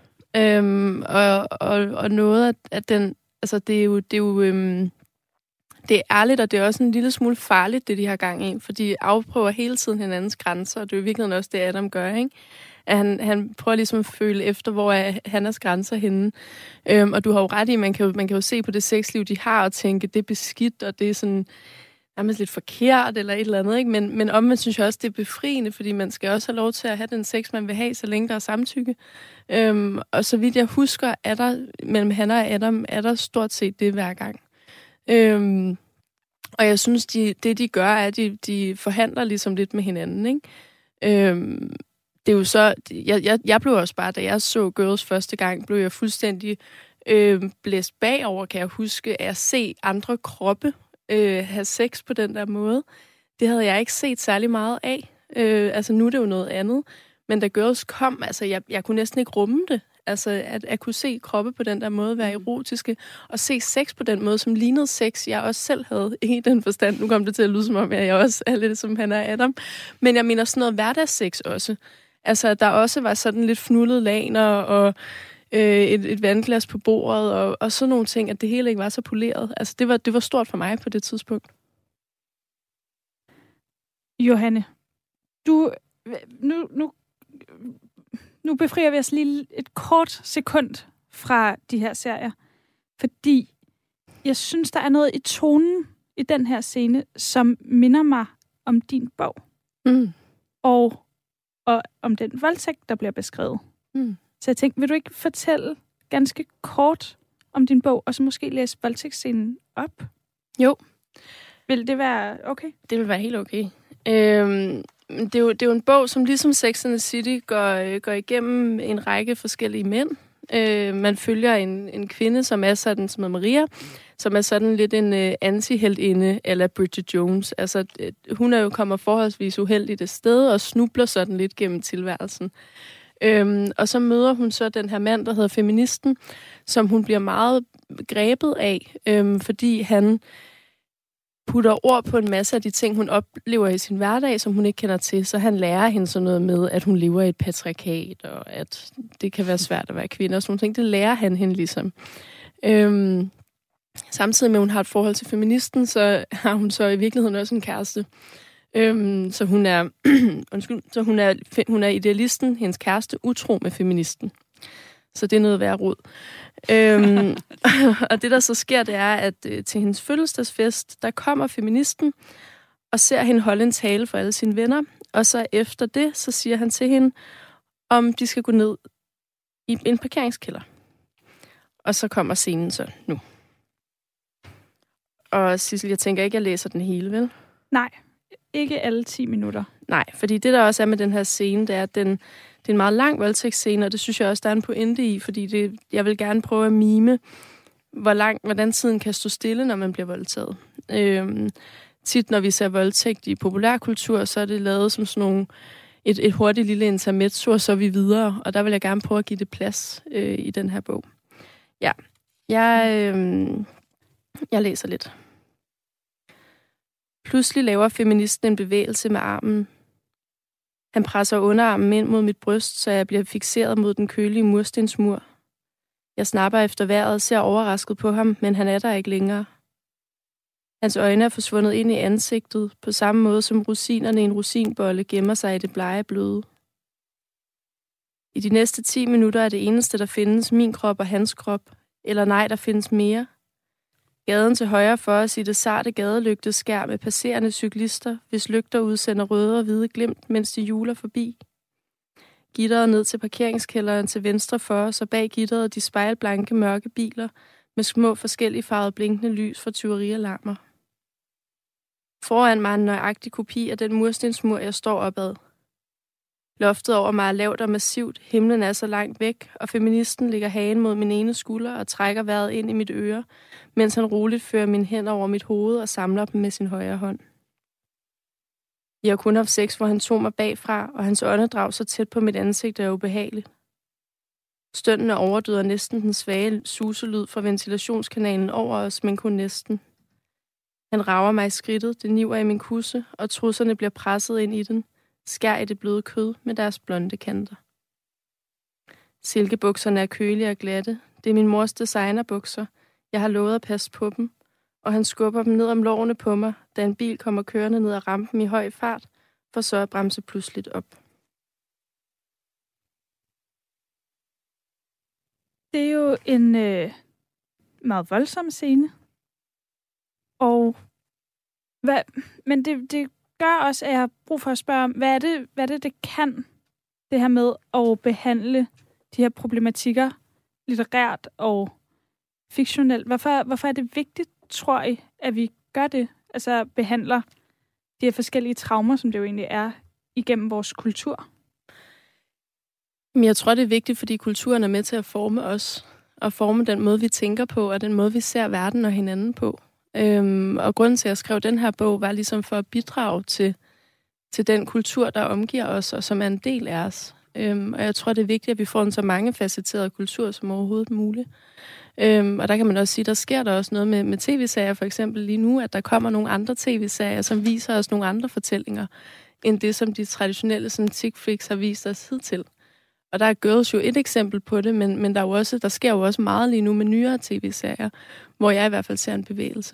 Og noget af den... Altså, det er ærligt, og det er også en lille smule farligt, det de har gang i, for de afprøver hele tiden hinandens grænser, og det er jo i virkeligheden også det, Adam gør, ikke? At han prøver ligesom at føle efter, hvor er Hannas grænser henne. Og du har jo ret i, man kan jo se på det sexliv, de har, og tænke, det er beskidt, og det er sådan nærmest lidt forkert, eller et eller andet, ikke? Men omvendt synes jeg også, det er befriende, fordi man skal også have lov til at have den sex, man vil have, så længe der er samtykke. Og så vidt jeg husker, er der mellem Hanna og Adam, er der stort set det hver gang. Og jeg synes, det de gør, er, at de forhandler ligesom lidt med hinanden, ikke? Det er jo så... Jeg blev også bare, da jeg så Girls første gang, blev jeg fuldstændig blæst bagover, kan jeg huske, at se andre kroppe have sex på den der måde. Det havde jeg ikke set særlig meget af. Altså, nu er det jo noget andet. Men da Girls kom, altså, jeg kunne næsten ikke rumme det. Altså, at kunne se kroppe på den der måde, være erotiske, og se sex på den måde, som lignede sex, jeg også selv havde i den forstand. Nu kom det til at lyde som om, at jeg også er lidt som han og Adam. Men jeg mener sådan noget hverdagssex også. Altså, der også var sådan lidt fnullede laner, og et vandglas på bordet, og sådan nogle ting, at det hele ikke var så poleret. Altså, det var stort for mig på det tidspunkt. Johanne, nu befrier vi os lige et kort sekund fra de her serier, fordi jeg synes, der er noget i tonen i den her scene, som minder mig om din bog. Mm. Og om den voldtægt, der bliver beskrevet. Mm. Så jeg tænkte, vil du ikke fortælle ganske kort om din bog, og så måske læse voldtægtsscenen op? Jo. Vil det være okay? Det vil være helt okay. Det er jo en bog, som ligesom Sex and the City går igennem en række forskellige mænd. Man følger en kvinde, som er sådan, som er Maria, som er sådan lidt en anti-heltinde eller Bridget Jones. Altså, hun er jo kommer forholdsvis uheldigt af sted og snubler sådan lidt gennem tilværelsen. Og så møder hun så den her mand, der hedder Feministen, som hun bliver meget grebet af, fordi han putter ord på en masse af de ting, hun oplever i sin hverdag, som hun ikke kender til. Så han lærer hende sådan noget med, at hun lever i et patriarkat, og at det kan være svært at være kvinde og sådan nogle ting. Det lærer han hende ligesom. Samtidig med, at hun har et forhold til Feministen, så har hun så i virkeligheden også en kæreste. Så hun er, hun er idealisten, hendes kæreste, utro med Feministen. Så det er noget værd rod. Og det, der så sker, det er, at til hendes fødselsdagsfest, der kommer Feministen og ser hende holde en tale for alle sine venner. Og så efter det, så siger han til hende, om de skal gå ned i en parkeringskælder. Og så kommer scenen så nu. Og Sissel, jeg tænker ikke, jeg læser den hele, vel? Nej, ikke alle 10 minutter. Nej, fordi det, der også er med den her scene, det er, at det er en meget lang voldtægtsscene, og det synes jeg også, der er en pointe i, fordi jeg vil gerne prøve at mime, hvordan tiden kan stå stille, når man bliver voldtaget. Tit, når vi ser voldtægt i populærkultur, så er det lavet som sådan nogle et hurtigt lille intermezzo, og så er vi videre, og der vil jeg gerne prøve at give det plads i den her bog. Ja, jeg læser lidt. Pludselig laver feministen en bevægelse med armen. Han presser underarmen ind mod mit bryst, så jeg bliver fikseret mod den kølige murstensmur. Jeg snapper efter vejret og ser overrasket på ham, men han er der ikke længere. Hans øjne er forsvundet ind i ansigtet, på samme måde som rosinerne i en rosinbolle gemmer sig i det blege bløde. I de næste 10 minutter er det eneste, der findes, min krop og hans krop. Eller nej, der findes mere. Gaden til højre for os i det sarte gadelygteskær med passerende cyklister, hvis lygter udsender røde og hvide glimt, mens de juler forbi. Gitteret ned til parkeringskælderen til venstre for os, og bag gitteret de spejlblanke mørke biler med små forskellige farvede blinkende lys fra tyverialarmer. Foran mig en nøjagtig kopi af den murstensmur, jeg står opad. Loftet over mig er lavt og massivt, himlen er så langt væk, og feministen ligger hagen mod min ene skulder og trækker vejret ind i mit øre, mens han roligt fører mine hænder over mit hoved og samler dem med sin højre hånd. Jeg har kun haft sex, hvor han tog mig bagfra, og hans åndedrag så tæt på mit ansigt er ubehageligt. Stønnene overdøder næsten den svage suselyd fra ventilationskanalen over os, men kun næsten. Han rager mig i skridtet, det niver i min kusse, og trusserne bliver presset ind i den, skær i det bløde kød med deres blonde kanter. Silkebukserne er kølige og glatte. Det er min mors designerbukser. Jeg har lovet at passe på dem, og han skubber dem ned om lårene på mig, da en bil kommer kørende ned ad rampen i høj fart, for så at bremse pludseligt op. Det er jo en meget voldsom scene. Men det gør også, at jeg har brug for at spørge om, hvad er det kan, det her med at behandle de her problematikker litterært og fiktionelt. Hvorfor er det vigtigt, tror I, at vi gør det? Altså behandler de her forskellige traumer, som det jo egentlig er, igennem vores kultur? Jeg tror, det er vigtigt, fordi kulturen er med til at forme os, og forme den måde, vi tænker på, og den måde, vi ser verden og hinanden på. Og grunden til, at jeg skrev den her bog, var ligesom for at bidrage til den kultur, der omgiver os, og som er en del af os. Og jeg tror, det er vigtigt, at vi får en så mangefacetteret kultur som overhovedet muligt. Og der kan man også sige, der sker der også noget med tv-serier, for eksempel lige nu, at der kommer nogle andre tv-serier, som viser os nogle andre fortællinger, end det, som de traditionelle chick flicks har vist os hidtil. Og der er Girls jo et eksempel på det, men der sker jo også meget lige nu med nyere tv-serier, hvor jeg i hvert fald ser en bevægelse.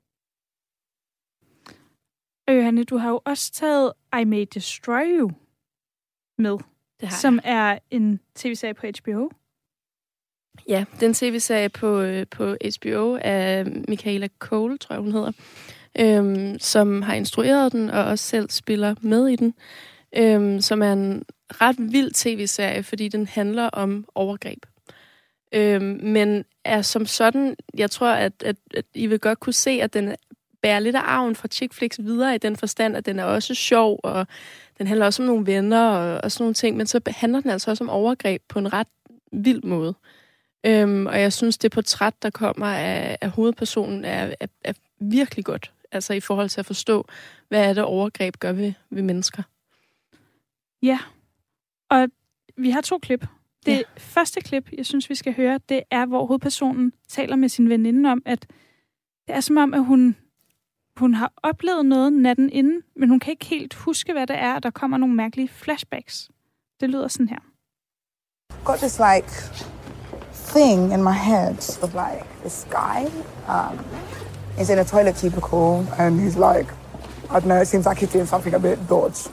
Johanne, du har jo også taget I May Destroy You med, som er en tv-serie på HBO. Ja, den tv-serie på HBO af Michaela Cole, tror jeg, hun hedder, som har instrueret den og også selv spiller med i den, som er en ret vild tv-serie, fordi den handler om overgreb. Men er som sådan, jeg tror, at I vil godt kunne se, at den bærer lidt af arven fra chick flicks videre i den forstand, at den er også sjov, og den handler også om nogle venner og sådan nogle ting, men så handler den altså også om overgreb på en ret vild måde. Og jeg synes, det portræt, der kommer af hovedpersonen, er virkelig godt, altså i forhold til at forstå, hvad er det overgreb gør ved mennesker. Ja, og vi har 2 klip. Det første klip, jeg synes, vi skal høre, det er, hvor hovedpersonen taler med sin veninde om, at det er som om, at hun har oplevet noget natten inden, men hun kan ikke helt huske, hvad det er, og der kommer nogle mærkelige flashbacks. Det lyder sådan her. Got this thing in my head of this guy. He's in a toilet cubicle and he's I don't know, it seems like he's doing something a bit dodge.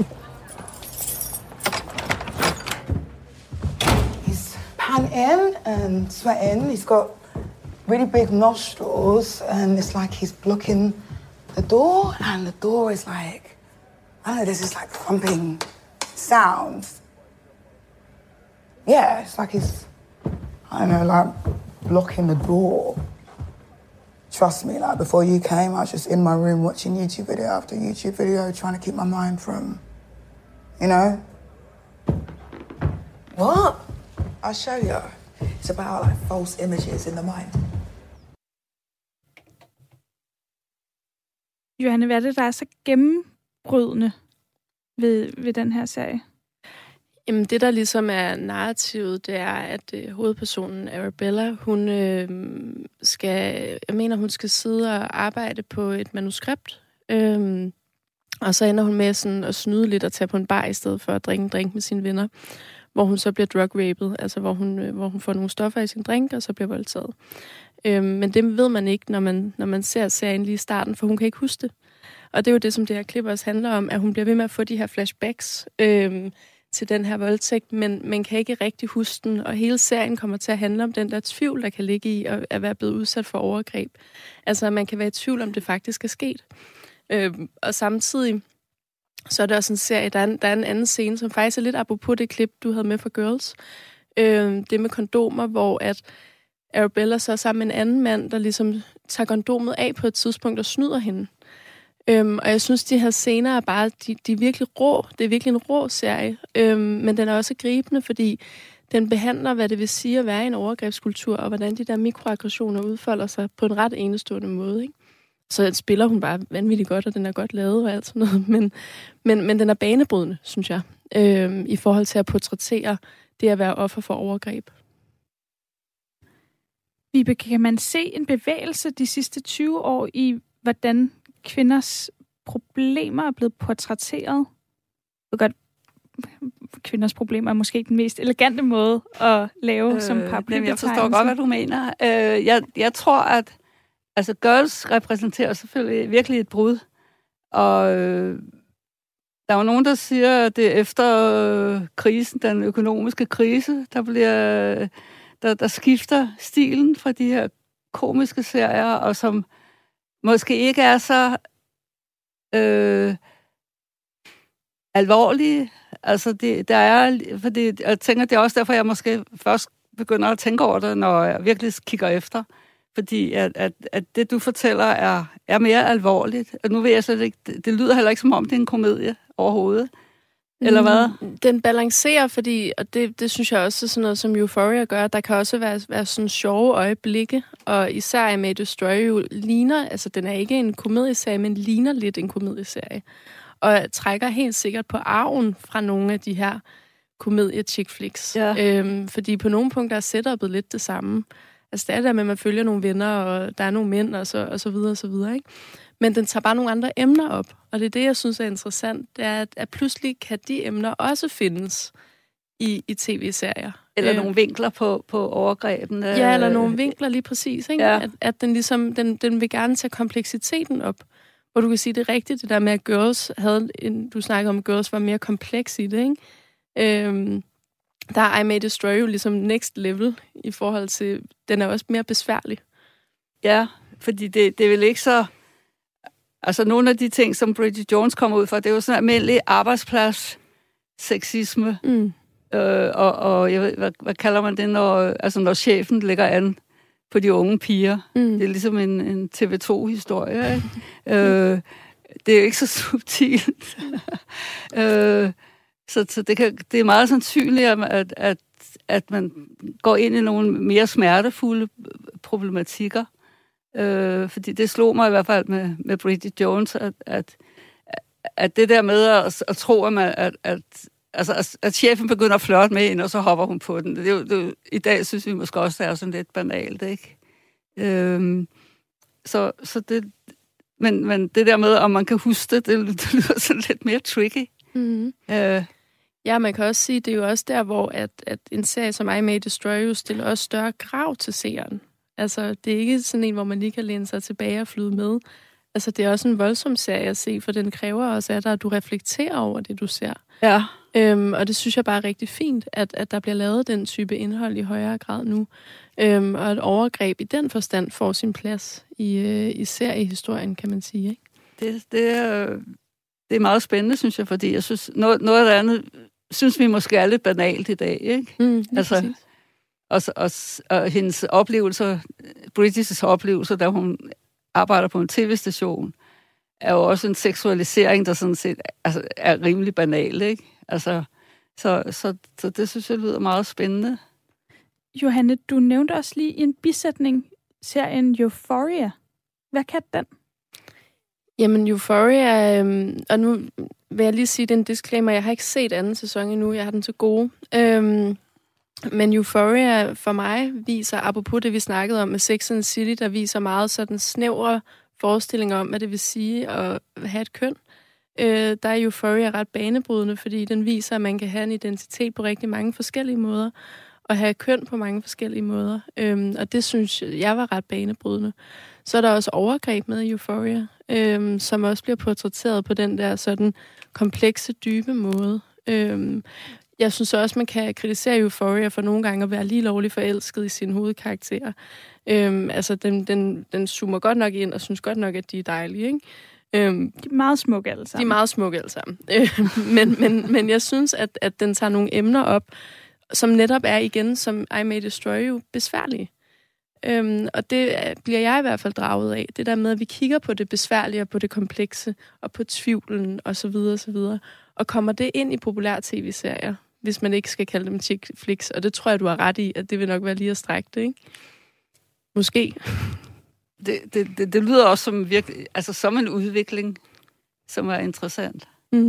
He's panting and sweating. He's got really big nostrils and it's like he's blocking the door, and the door is I don't know, there's this thumping sound. yeah, it's like he's, I don't know, like blocking the door. Trust me, like before you came, I was just in my room watching YouTube video after YouTube video, trying to keep my mind from, you know. What? I'll show you. It's about like false images in the mind. Johanne, hvad er det, der er så gennembrydende ved den her serie? Jamen, det der ligesom er narrativet, det er, at hovedpersonen Arabella, hun hun skal sidde og arbejde på et manuskript, og så ender hun med sådan at snyde lidt og tage på en bar i stedet for at drikke en drink med sine venner, hvor hun så bliver drug-raped, altså hvor hun får nogle stoffer i sin drink, og så bliver voldtaget. Men det ved man ikke, når man ser serien lige i starten, for hun kan ikke huske det. Og det er jo det, som det her klip også handler om, at hun bliver ved med at få de her flashbacks til den her voldtægt, men man kan ikke rigtig huske den, og hele serien kommer til at handle om den der tvivl, der kan ligge i at være blevet udsat for overgreb. Altså, man kan være i tvivl, om det faktisk er sket. Og samtidig, så er der også en serie, der er en anden scene, som faktisk er lidt apropos det klip, du havde med for Girls. Det med kondomer, hvor at Arabella så sammen med en anden mand, der ligesom tager kondomet af på et tidspunkt og snyder hende. Og jeg synes, de her scener er bare, de er virkelig rå. Det er virkelig en rå serie, men den er også gribende, fordi den behandler, hvad det vil sige at være i en overgrebskultur, og hvordan de der mikroaggressioner udfolder sig på en ret enestående måde, ikke? Så spiller hun bare vanvittigt godt, og den er godt lavet og alt sådan noget, men den er banebrydende, synes jeg, i forhold til at portrættere det at være offer for overgreb. Vibeke, kan man se en bevægelse de sidste 20 år i, hvordan kvinders problemer er blevet portrætteret? Jeg ved godt, kvinders problemer er måske den mest elegante måde at lave som paraplybetegnelse. Jeg forstår godt, hvad du mener. Jeg tror, at altså Girls repræsenterer selvfølgelig virkelig et brud. Og der er jo nogen, der siger, at det er efter krisen, den økonomiske krise, der skifter stilen fra de her komiske serier, og som måske ikke er så alvorlige. Altså, jeg tænker, det er også derfor, jeg måske først begynder at tænke over det, når jeg virkelig kigger efter. Fordi at det, du fortæller, er mere alvorligt. Og nu ved jeg slet ikke, det lyder heller ikke, som om det er en komedie overhovedet. Eller hvad? Den balancerer, fordi, og det synes jeg også er sådan noget, som Euphoria gør, der kan også være sådan sjove øjeblikke, og især I May Destroy You ligner, altså den er ikke en komedieserie, men ligner lidt en komedieserie, og trækker helt sikkert på arven fra nogle af de her komedie-chick flicks. Ja. Fordi på nogle punkter er setupet lidt det samme. Altså det er der med, at man følger nogle venner, og der er nogle mænd, og så videre, ikke? Men den tager bare nogle andre emner op. Og det er det, jeg synes er interessant. Det er, at pludselig kan de emner også findes i tv-serier. Eller nogle vinkler på overgrebene. Ja, eller nogle vinkler lige præcis. Ikke? Ja. At den ligesom, den vil gerne tage kompleksiteten op. Hvor du kan sige, det er rigtigt, det der med, at Girls du snakker om, at Girls var mere kompleks i det, ikke? Der er I May Destroy You ligesom next level i forhold til, den er også mere besværlig. Ja, fordi det er vel ikke så... Altså nogle af de ting, som Bridget Jones kommer ud for, det er jo sådan almindelig arbejdsplads-sexisme. Og jeg ved, hvad kalder man det, når chefen lægger an på de unge piger. Det er ligesom en TV2-historie, ikke? Det er jo ikke så subtilt. Så det er meget sandsynligt, at man går ind i nogle mere smertefulde problematikker. Fordi det slog mig i hvert fald med Bridget Jones, at det der med at tro, at chefen begynder at flirte med hende, og så hopper hun på den. I dag synes vi måske også, det er sådan lidt banalt, ikke? Så det... Men det der med, om man kan huske det lyder sådan lidt mere tricky. Mm-hmm. Ja, man kan også sige, det er jo også der, hvor at en serie som I May Destroy You stiller også større krav til seeren. Altså, det er ikke sådan en, hvor man lige kan læne sig tilbage og flyde med. Altså, det er også en voldsom serie at se, for den kræver også, at du reflekterer over det, du ser. Ja. Og det synes jeg bare er rigtig fint, at der bliver lavet den type indhold i højere grad nu. Og et overgreb i den forstand får sin plads i seriehistorien, kan man sige, ikke? Det er meget spændende, synes jeg, fordi jeg synes, noget af det andet synes vi måske er lidt banalt i dag, ikke? Altså, og hendes oplevelser, Bridges oplevelser, da hun arbejder på en tv-station, er jo også en seksualisering, der sådan set er rimelig banal, ikke? Altså, så det synes jeg lyder meget spændende. Johanne, du nævnte også lige i en bisætning serien Euphoria. Hvad kan den? Jamen, Euphoria, og nu vil jeg lige sige, det er en disclaimer, jeg har ikke set anden sæson endnu, jeg har den til gode. Men Euphoria for mig viser, apropos det, vi snakkede om med Sex and the City, der viser meget sådan snævre forestillinger om, hvad det vil sige at have et køn. Der er Euphoria ret banebrydende, fordi den viser, at man kan have en identitet på rigtig mange forskellige måder, og have køn på mange forskellige måder. Og det synes jeg var ret banebrydende. Så er der også overgreb med i Euphoria, som også bliver portrætteret på den der sådan komplekse, dybe måde. Jeg synes også, man kan kritisere Euphoria for nogle gange at være lige lovligt forelsket i sine hovedkarakterer. Altså, den zoomer godt nok ind og synes godt nok, at de er dejlige, ikke? De er meget smukke alle sammen. De er meget smukke alle sammen. Men jeg synes, at den tager nogle emner op, som netop er igen, som I May Destroy You, besværlige. Og det bliver jeg i hvert fald draget af. Det der med, at vi kigger på det besværlige og på det komplekse, og på tvivlen osv. Og kommer det ind i populære tv-serier, hvis man ikke skal kalde dem chick flicks. Og det tror jeg, du har ret i, at det vil nok være lige at strække det, ikke? Måske. Det lyder også som virkelig, altså som en udvikling, som er interessant.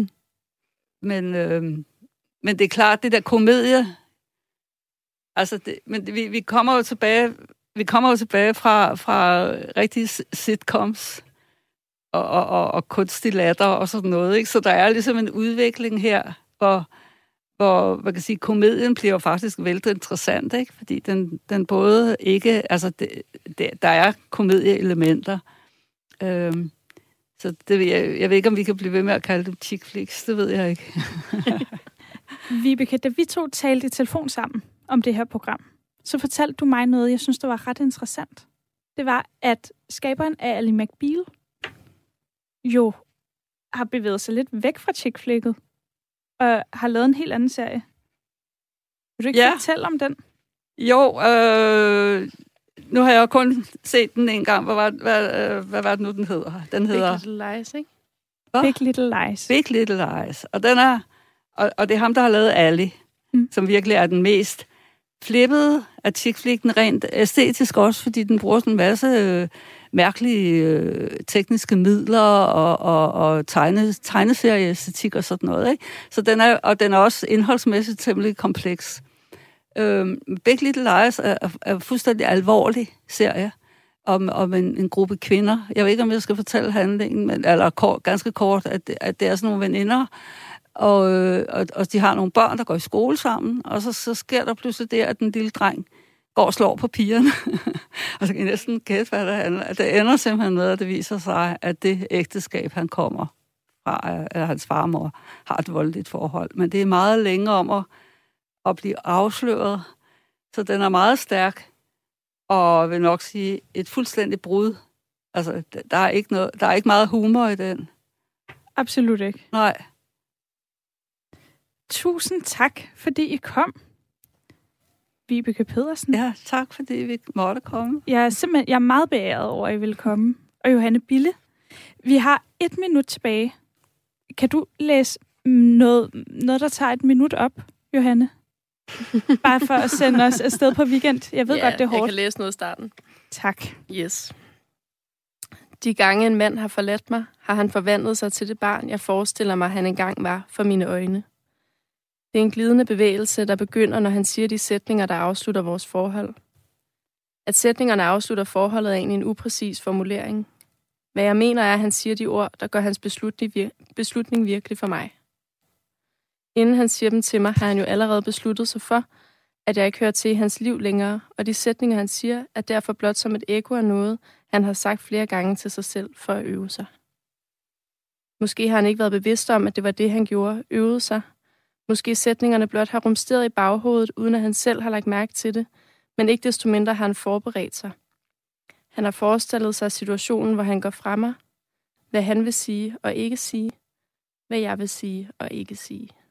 Men det er klart, det der komedie, altså vi kommer jo tilbage fra rigtige sitcoms og kunstig latter og sådan noget, ikke? Så der er ligesom en udvikling her, hvor man kan sige, komedien bliver jo faktisk vældig interessant, ikke? Fordi den både ikke, altså der er komedieelementer. Så det jeg ved ikke, om vi kan blive ved med at kalde dem chick flicks, det ved jeg ikke. Vibeke, da vi to talte i telefon sammen om det her program, så fortalte du mig noget, jeg synes, der var ret interessant. Det var, at skaberen af Ally McBeal jo har bevæget sig lidt væk fra chick flicket og har lavet en helt anden serie. Vil du ikke fortælle om den? Jo, nu har jeg jo kun set den en gang. Hvad var det nu, den hedder? Den hedder Big Little Lies, ikke? Big Little Lies. Big Little Lies. Og den er, og det er ham, der har lavet Ally, som virkelig er den mest flippede af chick flicken, rent æstetisk også, fordi den bruger sådan en masse mærkelige tekniske midler og tegneserieæstetik og sådan noget, ikke? Så den er også indholdsmæssigt temmelig kompleks. Big Little Lies er fuldstændig alvorlig serie om en gruppe kvinder. Jeg ved ikke, om jeg skal fortælle handlingen, men ganske kort, at det er sådan nogle veninder, og de har nogle børn, der går i skole sammen, og så sker der pludselig det, at den lille dreng går og slår på pigerne. Og så kan jeg næsten gætte, hvad det handler. Det ender simpelthen med, at det viser sig, at det ægteskab, han kommer fra, eller hans far og mor, har et voldeligt forhold. Men det er meget længere om at blive afsløret. Så den er meget stærk, og vil nok sige et fuldstændigt brud. Altså, der er ikke meget humor i den. Absolut ikke. Nej. Tusind tak, fordi I kom. Vibeke Pedersen. Ja, tak fordi vi måtte komme. Jeg er meget beæret over, at I vil komme. Og Johanne Bille, vi har 1 minut tilbage. Kan du læse noget, der tager 1 minut op, Johanne? Bare for at sende os afsted på weekend. Jeg ved godt, det er hårdt. Jeg kan læse noget i starten. Tak. Yes. De gange en mand har forladt mig, har han forvandlet sig til det barn, jeg forestiller mig, han engang var for mine øjne. Det er en glidende bevægelse, der begynder, når han siger de sætninger, der afslutter vores forhold. At sætningerne afslutter forholdet er egentlig en upræcis formulering. Hvad jeg mener er, at han siger de ord, der gør hans beslutning virkelig for mig. Inden han siger dem til mig, har han jo allerede besluttet sig for, at jeg ikke hører til i hans liv længere, og de sætninger, han siger, er derfor blot som et ekko af noget, han har sagt flere gange til sig selv for at øve sig. Måske har han ikke været bevidst om, at det var det, han gjorde, øvede sig. Måske sætningerne blot har rumsteret i baghovedet, uden at han selv har lagt mærke til det, men ikke desto mindre har han forberedt sig. Han har forestillet sig situationen, hvor han går fra mig, hvad han vil sige og ikke sige, hvad jeg vil sige og ikke sige.